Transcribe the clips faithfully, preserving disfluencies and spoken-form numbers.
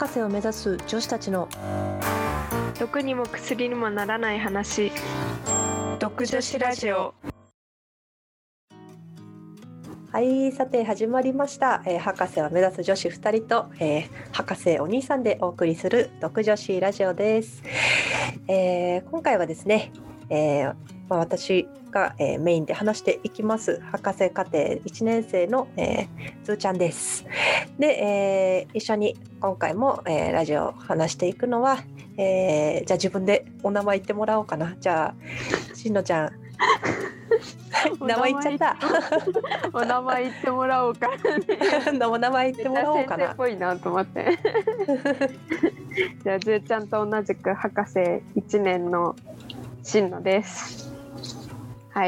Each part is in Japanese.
博士を目指す女子たちの毒にも薬にもならない話、毒女子ラジオ。 はい、さて始まりました、えー、博士を目指す女子ふたりと、えー、博士お兄さんでお送りする毒女子ラジオです。えー、今回はですね、えーまあ、私が、えー、メインで話していきます博士課程いちねん生の、えー、つーちゃんです。で、えー、一緒に今回も、えー、ラジオを話していくのは、えー、じゃあ自分でお名前言ってもらおうかな。じゃあしんのちゃん名前言っちゃったお名前言ってもらおうかお名前言ってもらおうかな。 先生っぽいなと思ってじゃあずーちゃんと同じく博士いちねんのしんのです。はい。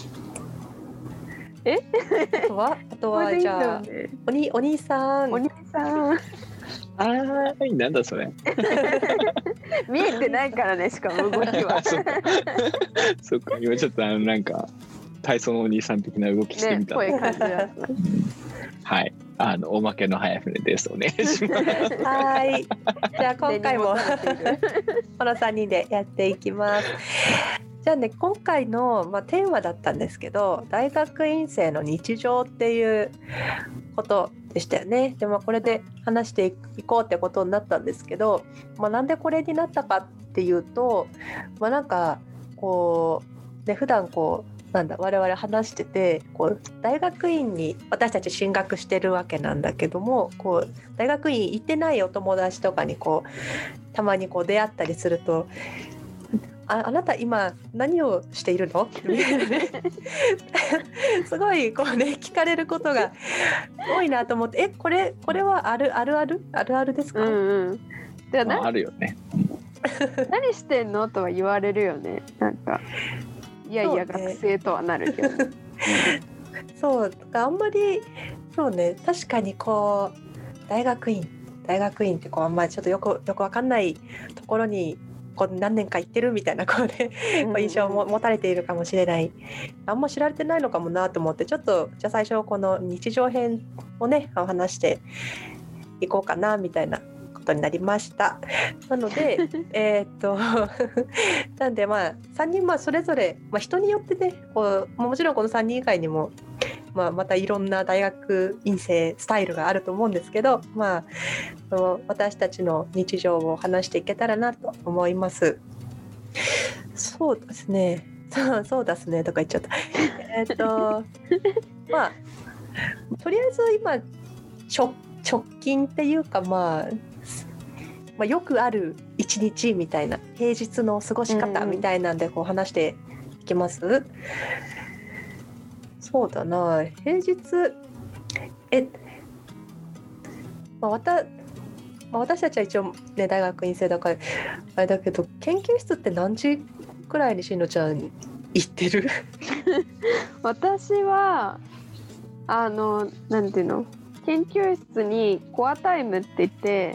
えあとはあとはじゃあおにお兄さんお兄さんあーなんだそれ見えてないからね、しかも動きはそっかそっか、今ちょっとあのなんか体操のお兄さん的な動きしてみた、 ね、声感じだはい、あのおまけの早船です。お願いしますはい、じゃあ今回もこのさんにんでやっていきます。じゃあね、今回の、まあ、テーマだったんですけど、大学院生の日常っていうことでしたよね。で、まあ、これで話していこうってことになったんですけど、まあ、なんでこれになったかっていうと、まあ、なんかこう、ね、普段こうなんだ我々話してて、こう大学院に私たち進学してるわけなんだけども、こう大学院行ってないお友達とかにこうたまにこう出会ったりすると、あ, あなた今何をしているのみたいなねすごいこうね聞かれることが多いなと思って、えこれこれはあるあるあるあるあるですか？ うんうん。では、 まあ、あるよね何してんのとは言われるよね。なんかいやいや、学生とはなるけど、ね、 そうあんまりそうね、確かにこう大学院大学院ってこうあんまりちょっとよくよくわかんないところにこう何年か行ってるみたいなこう、ね、こう印象をも持たれているかもしれない、あんま知られてないのかもなと思って、ちょっとじゃあ最初この日常編をね話していこうかなみたいなことになりました。なのでえっとなんでまあさんにんまあそれぞれ、まあ、人によってねこうもちろんこのさんにん以外にも、まあ、またいろんな大学院生スタイルがあると思うんですけど、まあ、その私たちの日常を話していけたらなと思います。そうですねそうそうですねとか言っちゃったえっとまあとりあえず今直直近っていうか、まあまあ、よくある一日みたいな平日の過ごし方みたいなんでこう話していきます、うんうん、そうだな平日え、まあ、わた、まあ、私たちは一応、ね、大学院生だからあれだけど、研究室って何時くらいにしんのちゃん行ってる？ 私はあのなんていうの、研究室にコアタイムって言って、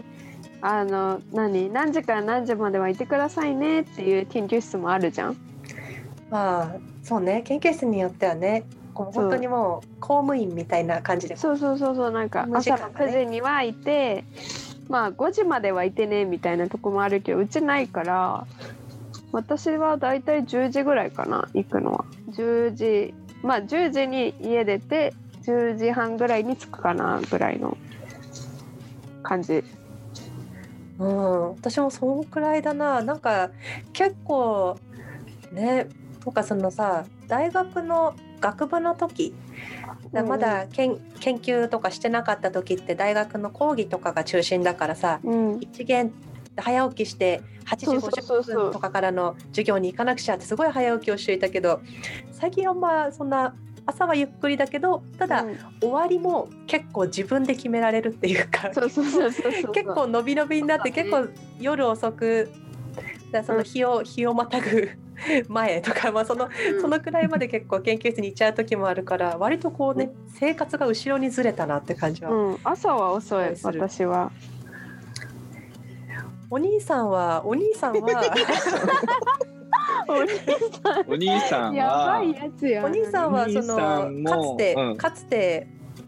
あの 何, 何時から何時まではいてくださいねっていう研究室もあるじゃん。 まあそうね、研究室によってはね、こう本当にもう公務員みたいな感じで、 そうそうそうそう、なんか朝のくじにはいて、まあごじまではいてねみたいなとこもあるけど、うちないから、私はだいたいじゅうじぐらいかな行くのは。じゅうじ、まあじゅうじに家出てじゅうじはんぐらいに着くかなぐらいの感じ。 うん、私もそのくらいだな。なんか結構ね、とかそのさ、大学の学部の時、まだ研究とかしてなかった時って大学の講義とかが中心だからさ、うん、一限早起きしてはちじごじゅっぷんとかからの授業に行かなくちゃってすごい早起きをしていたけど、最近はまあそんな朝はゆっくりだけど、ただ、うん、終わりも結構自分で決められるっていうか、結構伸び伸びになって、結構夜遅くだその日を、うん、日をまたぐ前とか、まあ、その、うん、そのくらいまで結構研究室に行っちゃう時もあるから、割とこうね、うん、生活が後ろにずれたなって感じは、 うん、朝は遅い。私はお兄さんはお兄さんはお兄さんはやばいやつや。 お兄さんはそのかつて、うん、かつて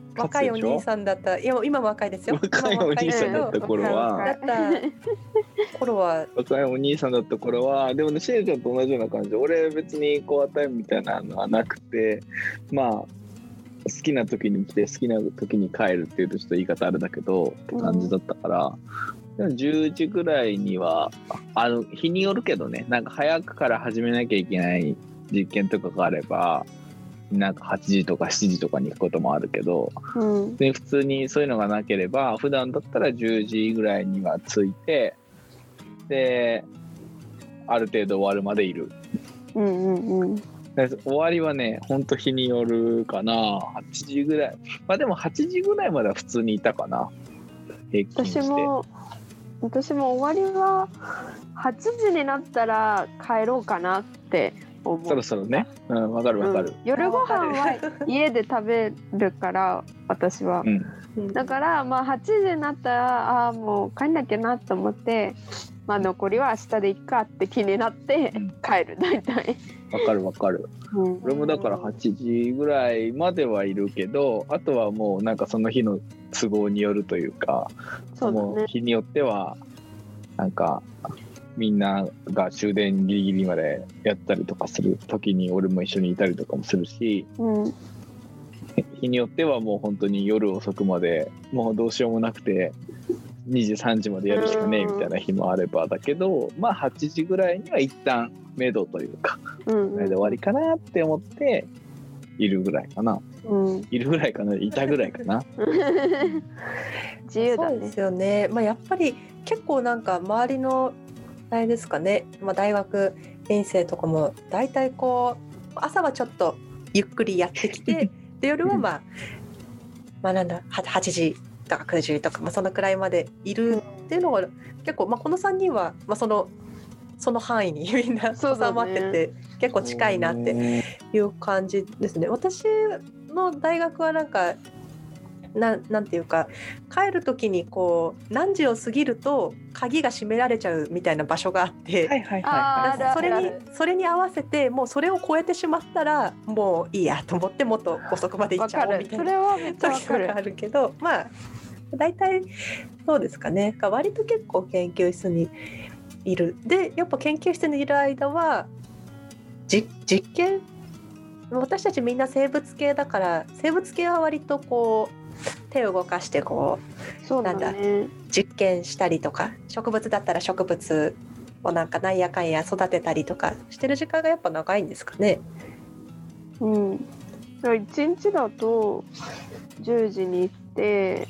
若いお兄さんだったいや今も若いですよ。 若いお兄さんだった頃はだった頃は若いお兄さんだった頃はでもねしえちゃんと同じような感じで俺別にコアタイムみたいなのはなくてまあ好きな時に来て好きな時に帰るっていうとちょっと言い方あれだけどって感じだったから、うん、でもじゅうじぐらいにはあの日によるけどねなんか早くから始めなきゃいけない実験とかがあればなんかはちじとかしちじとかに行くこともあるけど、うん、で普通にそういうのがなければ普段だったらじゅうじぐらいには着いてである程度終わるまでいる、うんうんうん、終わりはねほんと日によるかなはちじぐらいまあでもはちじぐらいまでは普通にいたかな平均して。 私も私も終わりははちじになったら帰ろうかなって思う。 そろそろね、うん、分かる分かる、うん、 夜ご飯は家で食べるから私は、うん、だからまあはちじになったらあもう帰んなきゃなと思ってまあ残りは明日でいっかって気になって帰る大体。 分かる分かる、うん、俺もだからはちじぐらいまではいるけどあとはもうなんかその日の都合によるというかそうだね、もう日によってはなんかみんなが終電ギリギリまでやったりとかする時に俺も一緒にいたりとかもするし、うん、日によってはもう本当に夜遅くまでもうどうしようもなくてにじさんじまでやるしかねえみたいな日もあればだけどまあはちじぐらいには一旦目処というか、うんうん、で終わりかなって思っているぐらいかな、うん、いるぐらいかないたぐらいかな自由だね。 そうですよね、まあ、やっぱり結構なんか周りのあれですかね、まあ、大学院生とかもだいたいこう朝はちょっとゆっくりやってきてで夜はまあ、まあなんだはちじとかくじとか、まあ、そのくらいまでいるっていうのが結構、まあ、このさんにんは、まあ、そのその範囲にみんな収まってて、ね、結構近いなっていう感じですね。私の大学はなんかな, なんていうか帰る時にこう何時を過ぎると鍵が閉められちゃうみたいな場所があって、はいはいはい、それにそれに合わせてもうそれを超えてしまったらもういいやと思ってもっと遅くまで行っちゃおうみたいな時があるけどまあ大体そうですかね割と結構研究室にいる。でやっぱ研究室にいる間はじ実験私たちみんな生物系だから生物系は割とこう手を動かしてこう、そうだね、なんだ実験したりとか植物だったら植物をなんかなんやかんや育てたりとかしてる時間がやっぱ長いんですかね。 うん、いちにちだとじゅうじに行って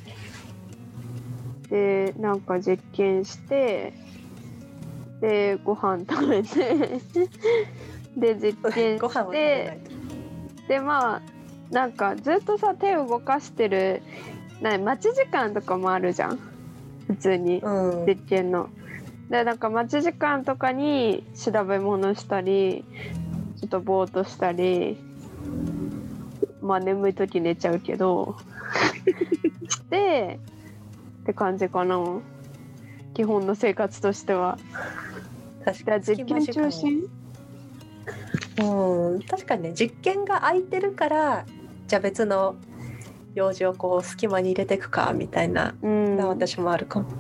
でなんか実験してでご飯食べてで実験ご飯を食べしてでまあなんかずっとさ手を動かしてるな待ち時間とかもあるじゃん普通に、うん、実験のでなんか待ち時間とかに調べ物したりちょっとぼーっとしたりまあ眠い時寝ちゃうけどしてって感じかな基本の生活としては。 確かに実験中心うん、確かにね実験が空いてるからじゃあ別の用事をこう隙間に入れていくかみたいな、うん、私もあるかも。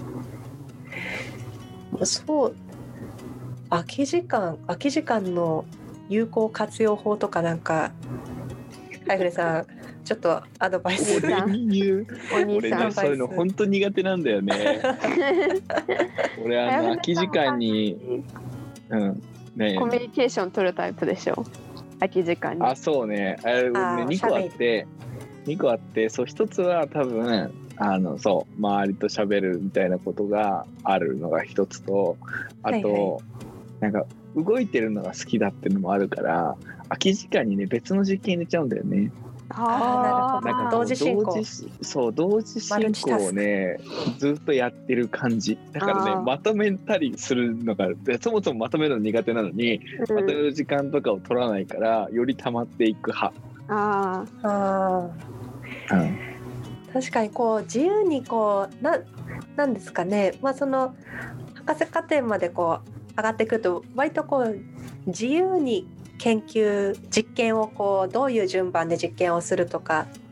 そう空き時間空き時間の有効活用法とかなんかハイフレさんちょっとアドバイス俺に言う俺ねそういうの本当苦手なんだよね俺あの空き時間にうんね、 コミュニケーション取るタイプでしょ空き時間に。 あそうねあれねにこあってにこあってそう一つは多分あのそう周りと喋るみたいなことがあるのが一つとあと、はいはい、なんか動いてるのが好きだっていうのもあるから空き時間にね別の実験入れちゃうんだよね。 ああなるほど。同時進行。 そう同時進行をねずっとやってる感じだからねまとめたりするのがそもそもまとめるの苦手なのに、うん、まとめる時間とかを取らないからより溜まっていく派。 ああ、うん、確かにこう自由にこうななんですかね、まあ、その博士課程までこう上がってくると割とこう自由に研究実験をこうどういう順番で実験をするとか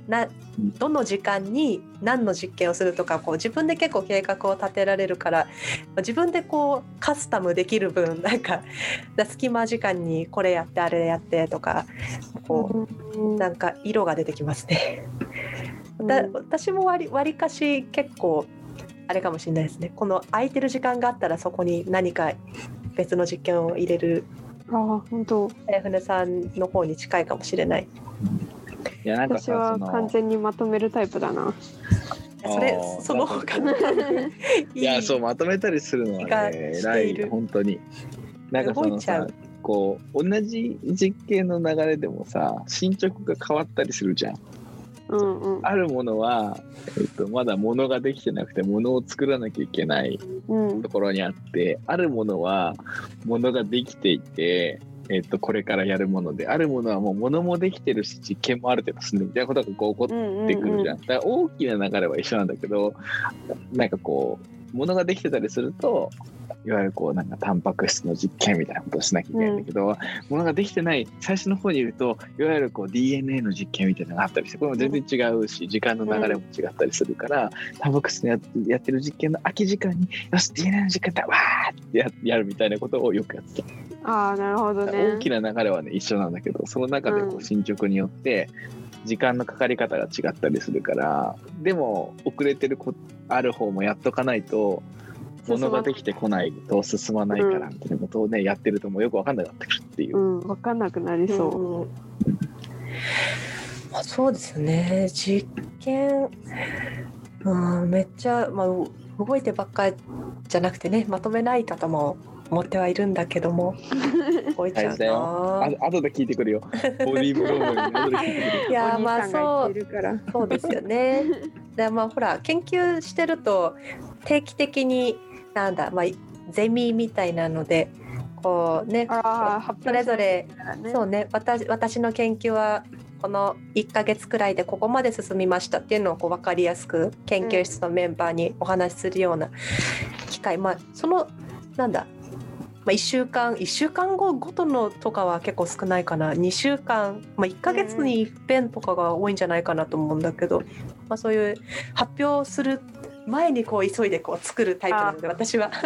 などの時間に何の実験をするとかこう自分で結構計画を立てられるから自分でこうカスタムできる分なんか隙間時間にこれやってあれやってとかこうなんか色が出てきますね。だ私も割りかし結構あれかもしれないですね。この空いてる時間があったらそこに何か別の実験を入れる。 ああ本当。 早船さんの方に近いかもしれない。 いやなんか私は完全にまとめるタイプだな。 それその方がいやそうまとめたりするのはね偉い本当に。なんかそのさこう同じ実験の流れでもさ進捗が変わったりするじゃん。 うんうん、 あるものは、えっと、まだ物ができてなくて物を作らなきゃいけないところにあって、うん、あるものは物ができていて、えっと、これからやるものであるものはもう物もできてるし実験もある程度進んでみたいなことがこう起こってくるじゃん。だから大きな流れは一緒なんだけどなんかこう物ができてたりするといわゆるこうなんかタンパク質の実験みたいなことをしなきゃいけないんだけど、うん、ものができてない最初の方にいるといわゆるこう ディーエヌエー の実験みたいなのがあったりしてこれも全然違うし、うん、時間の流れも違ったりするから、うん、タンパク質の や, やってる実験の空き時間によし ディーエヌエー の実験だわーって や, やるみたいなことをよくやってた。 ああなるほどね。 大きな流れはね一緒なんだけどその中でこう進捗によって時間のかかり方が違ったりするからでも遅れてるこある方もやっとかないと物ができてこないと進まないからみたいなことをね、うん、やってるともうよく分かんなくなってくるっていう、 うん、分かんなくなりそう、うんうんまあ、そうですね実験、うん、めっちゃ、まあ、動いてばっかりじゃなくてねまとめない方も思ってはいるんだけども動いちゃうなあ後で聞いてくるよボディーブローに後で聞いてくるいやまあそうそうですよねでまあほら研究してると定期的になんだ、まあ、ゼミみたいなのでこうねそれぞれ、ね、そうね 私, 私の研究はこのいっかげつくらいでここまで進みましたっていうのをこう分かりやすく研究室のメンバーにお話しするような機会、うん、まあそのなんだ、まあ、いっしゅうかんいっしゅうかんごごとのとかは結構少ないかなにしゅうかん、まあ、いっかげつに一遍とかが多いんじゃないかなと思うんだけど、まあ、そういう発表する前にこう急いでこう作るタイプなので私は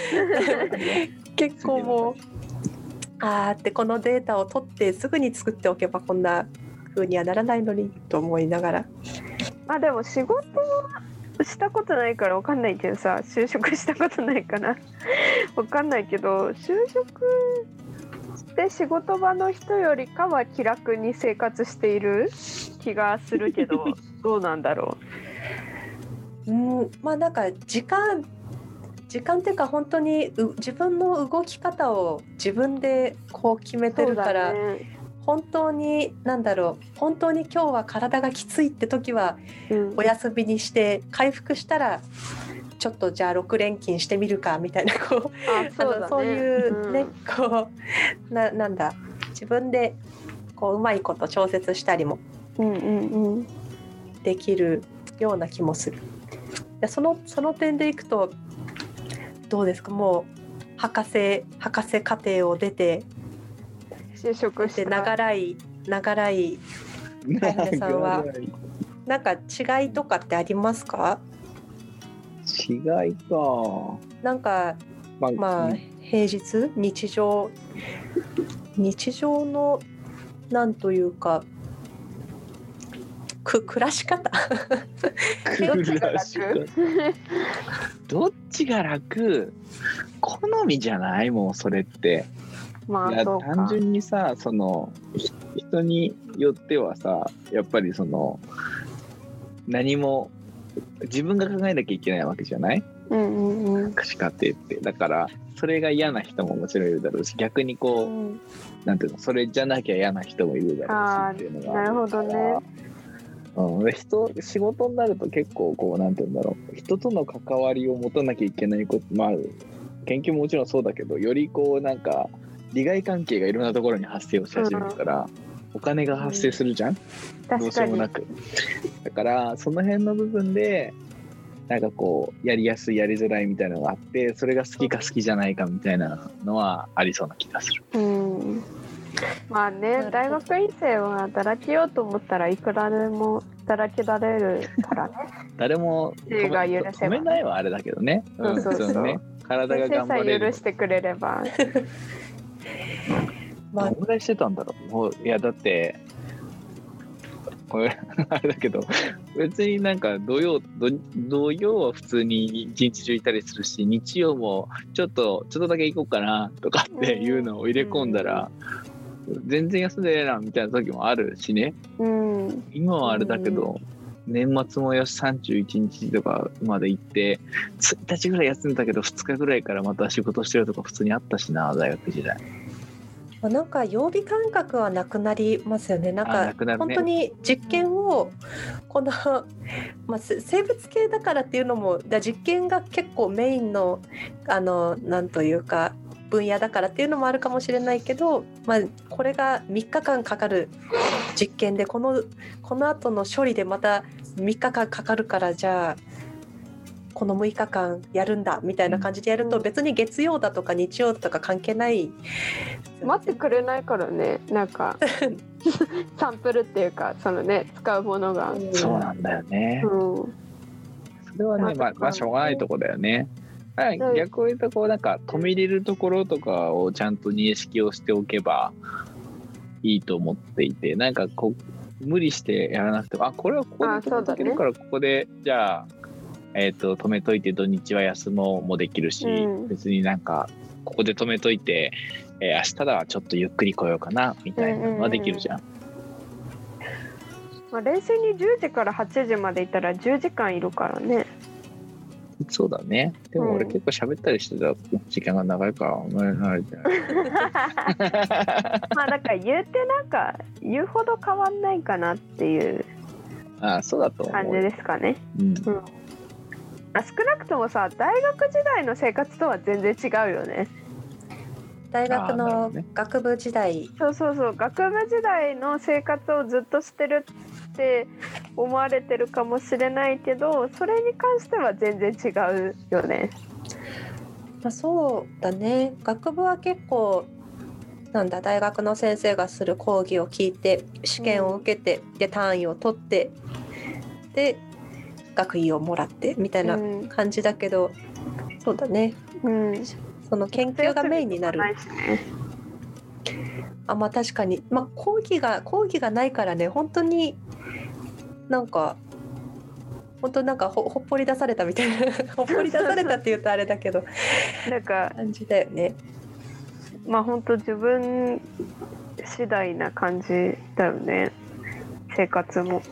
結構もうあーってこのデータを取ってすぐに作っておけばこんな風にはならないのにと思いながらまあでも仕事したことないから分かんないけどさ就職したことないから分かんないけど就職で仕事場の人よりかは気楽に生活している気がするけどどうなんだろううんまあなんか時間時間っていうか本当に自分の動き方を自分でこう決めてるから、ね、本当に何だろう本当に今日は体がきついって時はお休みにして回復したらちょっとじゃあろく連勤してみるかみたいなこうあ そうだね、あのそういうね、うん、こう な, なんだ自分でこううまいこと調節したりもできるような気もする。その、その点でいくとどうですかもう博士博士課程を出て就職して長らい長らい早船さんはなんか違いとかってありますか？ 違いかなんかまあ、まあ、平日日常日常のなんというかく暮らし方どっちが楽どっちが楽好みじゃないもうそれって、まあ、いや単純にさその人によってはさやっぱりその何も自分が考えなきゃいけないわけじゃない、うんうんうん、博士課程ってだからそれが嫌な人ももちろんいるだろうし逆にこう、うん、なんていうのそれじゃなきゃ嫌な人もいるだろうしっていうのがあるから。なるほどね。うん、人仕事になると結構こうなんていうんだろう人との関わりを持たなきゃいけないこともある研究ももちろんそうだけどよりこうなんか利害関係がいろんなところに発生をし始めるから、うん、お金が発生するじゃん、うん、どうしようもなくだからその辺の部分でなんかこうやりやすいやりづらいみたいなのがあってそれが好きか好きじゃないかみたいなのはありそうな気がする。うんまあね大学院生は働きようと思ったらいくらでも働きられるからね。 誰も自由が許せばね止めないはあれだけどね。 そうそうそうね、体が先生さ頑張れる。 え許してくれれば。 まあどんぐらいしてたんだろう。もういやだってこれあれだけど別になんか土曜土土曜は普通に一日中いたりするし、日曜もちょっとちょっとだけ行こうかなとかっていうのを入れ込んだら、全然休んでねえなみたいな時もあるしね。 うん、 今はあれだけど、年末もよしさんじゅういちにちとかまで行ってついたちぐらい休んだけどふつかぐらいからまた仕事してるとか普通にあったしな、大学時代。 なんか曜日感覚はなくなりますよね。なんかなくなるね。 本当に実験をこの、まあ、生物系だからっていうのもだ実験が結構メインのあのなんというか分野だからっていうのもあるかもしれないけど、まあ、これがみっかかんかかる実験でこのこの後の処理でまたみっかかんかかるから、じゃあこのむいかかんやるんだみたいな感じでやると、別に月曜だとか日曜とか関係ない、 待ってくれないからね。なんかサンプルっていうかそのね使うものが、 そうなんだよね、 うん、 それはね、まあ、まあしょうがないとこだよね。逆を言うとこうなんか止め入れるところとかをちゃんと認識をしておけばいいと思っていて、なんかこう無理してやらなくても、あこれはここで止めとけるからここでじゃあえー、と止めといて土日は休もうもできるし、うん、別になんかここで止めといて、えー、明日だはちょっとゆっくり来ようかなみたいなのはできるじゃん、うんうんうん。まあ、冷静にじゅうじからはちじまでいたらじゅうじかんいるからね。 そうだね。でも俺結構喋ったりしてた時間が長いからあんまり慣れてないまあだから言うてなんか言うほど変わんないかなっていうああそうだと思う感じですかね。 うんうん少なくともさ大学時代の生活とは全然違うよね。 大学の学部時代、 ね、そうそうそう学部時代の生活をずっとしてるって思われてるかもしれないけど、それに関しては全然違うよね。 まあ、そうだね。学部は結構なんだ大学の先生がする講義を聞いて試験を受けて、うん、で単位を取ってで学位をもらってみたいな感じだけど、うん、そうだね、うん、その研究がメインになる。あ、まあ確かに、まあ、講義が講義がないからね、本当になんか本当なんか ほ, ほっぽり出されたみたいなほっぽり出されたって言うとあれだけどなんか感じだよね。 まあ本当自分次第な感じだよね、生活も。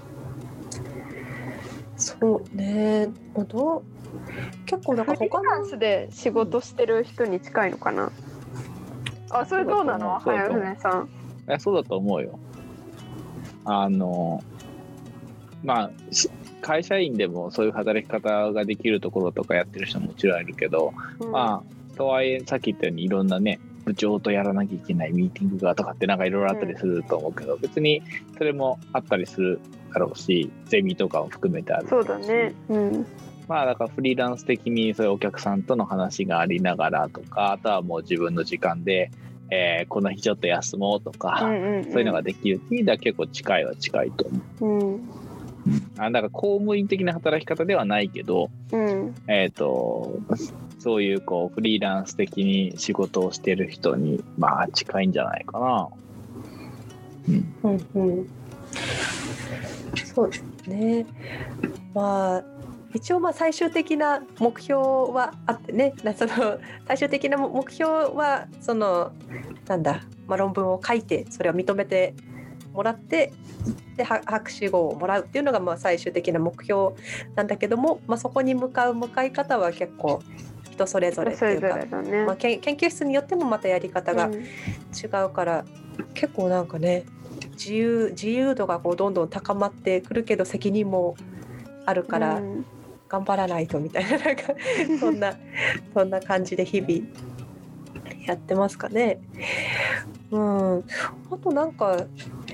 そうね、どう結構なんか他のフリーランスで仕事してる人に近いのかな、うん、あ、それどうなの？早船さん。 いやそうだと思うよ。あのまあ会社員でもそういう働き方ができるところとかやってる人ももちろんいるけど、うん、まあとはいえさっき言ったようにいろんなね部長とやらなきゃいけないミーティングがとかってなんかいろいろあったりすると思うけど、うん、別にそれもあったりするだろうし、ゼミとかも含めてある。 そうだね、うん、 まあだからフリーランス的にそういうお客さんとの話がありながらとか、あとはもう自分の時間で、えー、この日ちょっと休もうとか、うんうんうん、そういうのができるっていうのは結構近いは近いと思う、うん、あだから公務員的な働き方ではないけど、うん、えっとそういうこうフリーランス的に仕事をしてる人にまあ近いんじゃないかな。 うんうんうん、そうですね。まあ一応まあ最終的な目標はあってね、その最終的な目標はそのなんだ、まあ、論文を書いてそれを認めてもらってで博士号をもらうっていうのがまあ最終的な目標なんだけども、まあ、そこに向かう向かい方は結構人それぞれっていうか、ね、まあ、研究室によってもまたやり方が違うから、うん、結構なんかね自由、自由度がこうどんどん高まってくるけど責任もあるから頑張らないとみたいな、なんかそんなそんな感じで日々やってますかね。うん、あとなんか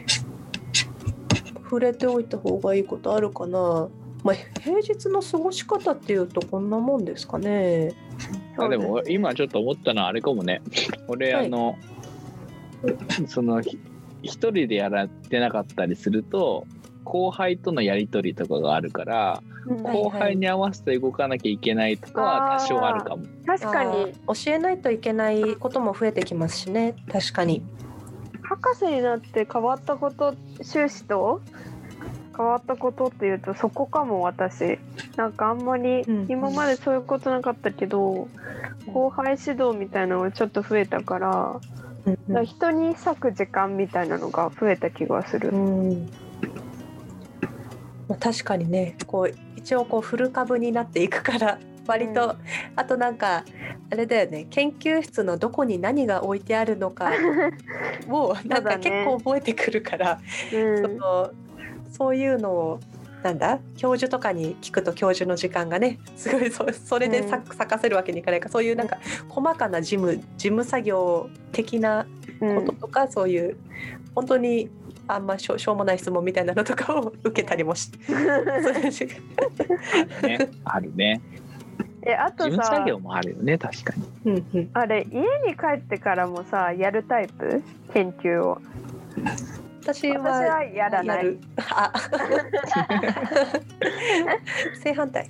触れておいた方がいいことあるかな。まあ、平日の過ごし方っていうとこんなもんですかね。 あでも今ちょっと思ったのはあれかもね。俺、はい、あのその一人でやらってなかったりすると後輩とのやり取りとかがあるから、 うん、 後輩に合わせて動かなきゃいけないとかは多少あるかも。 確かに教えないといけないことも増えてきますしね。確かに博士になって変わったこと、修士と変わったことっていうとそこかも。私なんかあんまり今までそういうことなかったけど、うん、後輩指導みたいなのがちょっと増えたから、うん、だから人に割く時間みたいなのが増えた気がする。うん、 まあ、確かにね、こう一応こうフル株になっていくから割と、うん、あとなんかあれだよね、研究室のどこに何が置いてあるのかをなんか結構覚えてくるから、ね、うん、そのそういうのをなんだ教授とかに聞くと教授の時間がねすごい そ, それで咲かせるわけにいかないから、そういうなんか細かな事務事務作業的なこととか、うん、そういう本当にあんまし ょ, しょうもない質問みたいなのとかを受けたりもしてね、あるね。 えあとさ、 事務作業もあるよね、確かに、 うんうん、あれ家に帰ってからもさやるタイプ？研究を。 私は、 私はやらない。やる。あ正反対。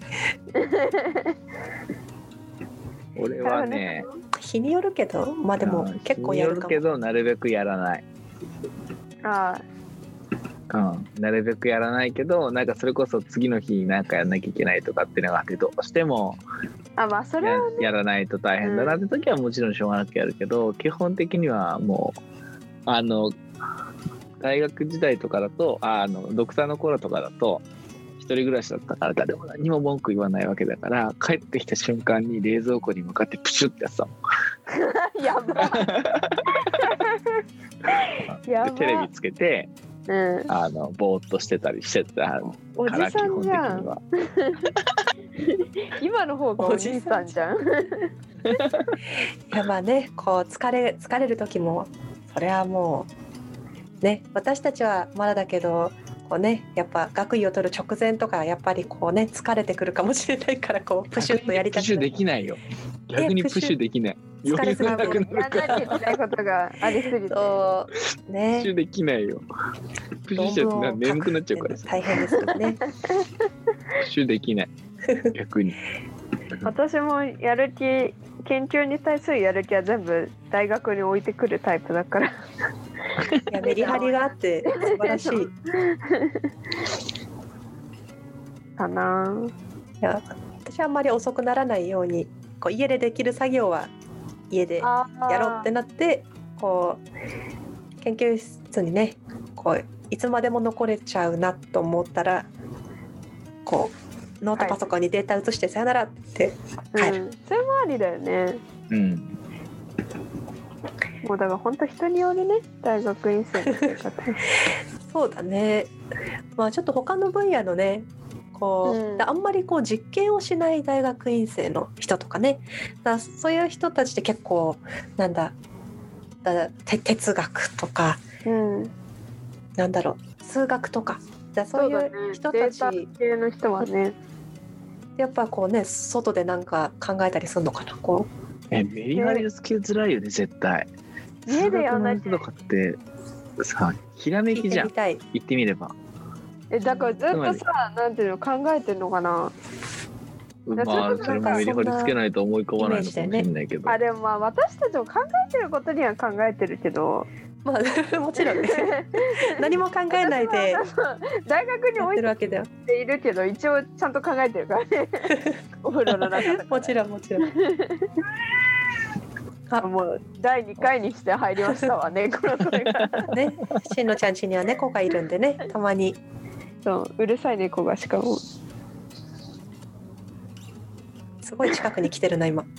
俺はね、 日によるけど、まあでも結構やるかも。 日によるけどなるべくやらない。ああ、うん、なるべくやらないけど、なんかそれこそ次の日に何かやらなきゃいけないとかっていうのがあって、どうしてもあ、まあそれはね、 や, やらないと大変だなって時はもちろんしょうがなくやるけど、うん、基本的にはもうあの大学時代とかだと、ああのドクターの頃とかだと一人暮らしだったから誰も何も文句言わないわけだから、帰ってきた瞬間に冷蔵庫に向かってプシュってやってたもん。 やばやばでテレビつけて、うん、あのぼーっとしてたりしてたおじさんじゃん。今の方がおじさんじゃん。いやまあね、こう疲れ疲れる時もそれはもうね、私たちはまだだけどこうね、やっぱ学位を取る直前とかやっぱりこうね疲れてくるかもしれないから、こうプシュッとやりたくなる。 プシュできないよ。逆にプシュできない。 疲れすぎてやらなきゃいけないことがありすぎて、 そうね、 プシュできないよ。プシュしちゃって眠くなっちゃうからさ。 大変ですからね。 プシュできない。逆に。 私もやる気、研究に対するやる気は全部大学に置いてくるタイプだから。いやメリハリがあって素晴らしい。 かな。 いや私はあんまり遅くならないように、こう家でできる作業は家でやろうってなって、こう研究室にね、こういつまでも残れちゃうなと思ったら、こうノートパソコンにデータ移してさよならって帰る、 うん、それもありだよね。 うん、 もうだから本当人によるね、大学院生の生活。 そうだね。まあちょっと他の分野のね、こう、うん、あんまりこう実験をしない大学院生の人とかね、だそういう人たちって結構なんだ、だて哲学とか、うん、なんだろう数学とか、だそういう人たち、 そうだね、データ系の人はね、 やっぱこうね外でなんか考えたりするのかな、こう。 えメリハリつけづらいよね絶対。 家でやらないとかってさ、ひらめきじゃん。言ってみれば。 えだからずっとさ、なんていうの考えてんのかな。 まあそれもメリハリつけないと思い込まないのかもしれないけど、 ね、あでもまあ私たちも考えてることには考えてるけど、 まあもちろんね何も考えないで大学に置いているけど一応ちゃんと考えてるからね。お風呂の中でもちろんもちろん。 あもうだいにかいにして入りましたわね。この声がね、しんのちゃん家には猫がいるんでね、たまにそううるさい猫がしかもすごい近くに来てるな今。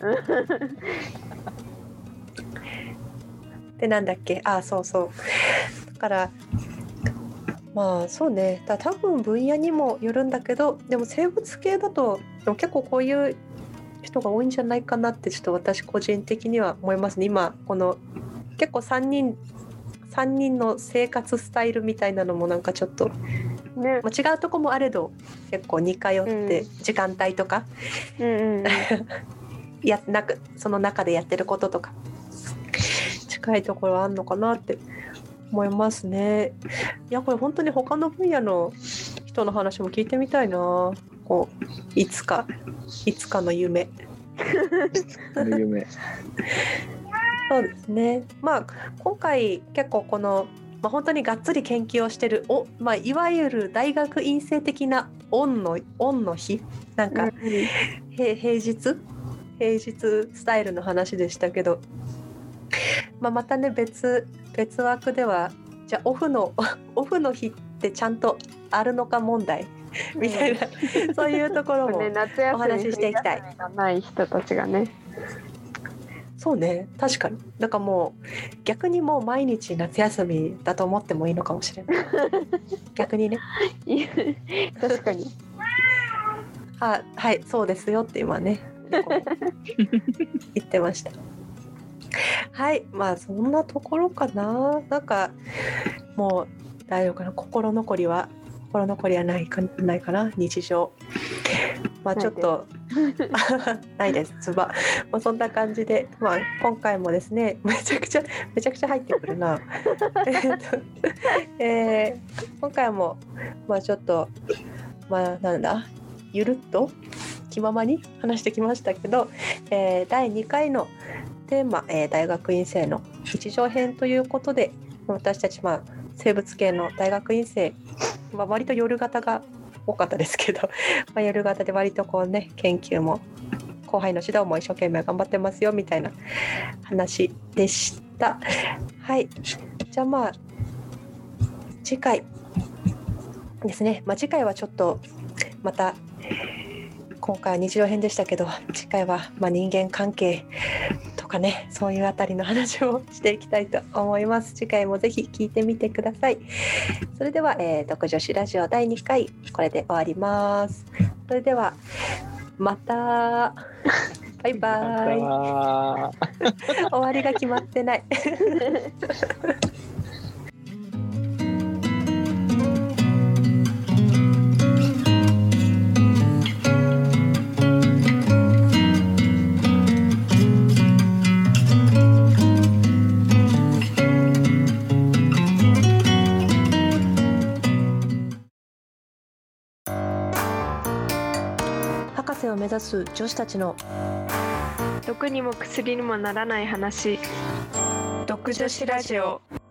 でなんだっけ、あそうそうだからまあそうね、だ多分分野にもよるんだけど、でも生物系だとでも結構こういう人が多いんじゃないかなってちょっと私個人的には思いますね。今この結構さんにんさんにんの生活スタイルみたいなのもなんかちょっと、ね、まあ、違うとこもあれど結構似通って時間帯とか、うんうんうん、やなくその中でやってることとか近いところあんのかなって思いますね。いやこれ本当に他の分野の人の話も聞いてみたいな。こういつかいつかの夢の夢そうですね。まあ今回結構この、まあ、本当にがっつり研究をしてるお、まあ、いわゆる大学院生的なオンのオンの日なんか、うん、平日平日スタイルの話でしたけど、まあ、またね別別枠ではじゃあオフのオフの日ってちゃんとあるのか問題みたいな、うん、そういうところもお話ししていきたい。 夏休みがない人たちがね。 そうね、確かに。だからもう逆にもう毎日夏休みだと思ってもいいのかもしれない。逆にね。 確かに。 ははいそうですよって今ね言ってました。はい、まあそんなところかな。なんかもう大丈夫かな。心残りは心残りはないかないかな。日常。まあちょっとないです。つば。まあ、そんな感じで、まあ今回もですね、めちゃくちゃめちゃくちゃ入ってくるな。えー、今回もまあちょっとまあなんだゆるっと気ままに話してきましたけど、えー、だいにかいのテーマ、えー、大学院生の日常編ということで、私たち、まあ、生物系の大学院生、まあ、割と夜型が多かったですけど、まあ、夜型で割とこうね研究も後輩の指導も一生懸命頑張ってますよみたいな話でした。はい、じゃあまあ次回ですね、まあ、次回はちょっとまた今回は日常編でしたけど、次回はまあ人間関係とかね、そういうあたりの話をしていきたいと思います。次回もぜひ聞いてみてください。それでは、えー、読女子ラジオだいにかいこれで終わります。それではまたバイバイ。ま終わりが決まってない博士を目指す女子たちの毒にも薬にもならない話、毒女子ラジオ。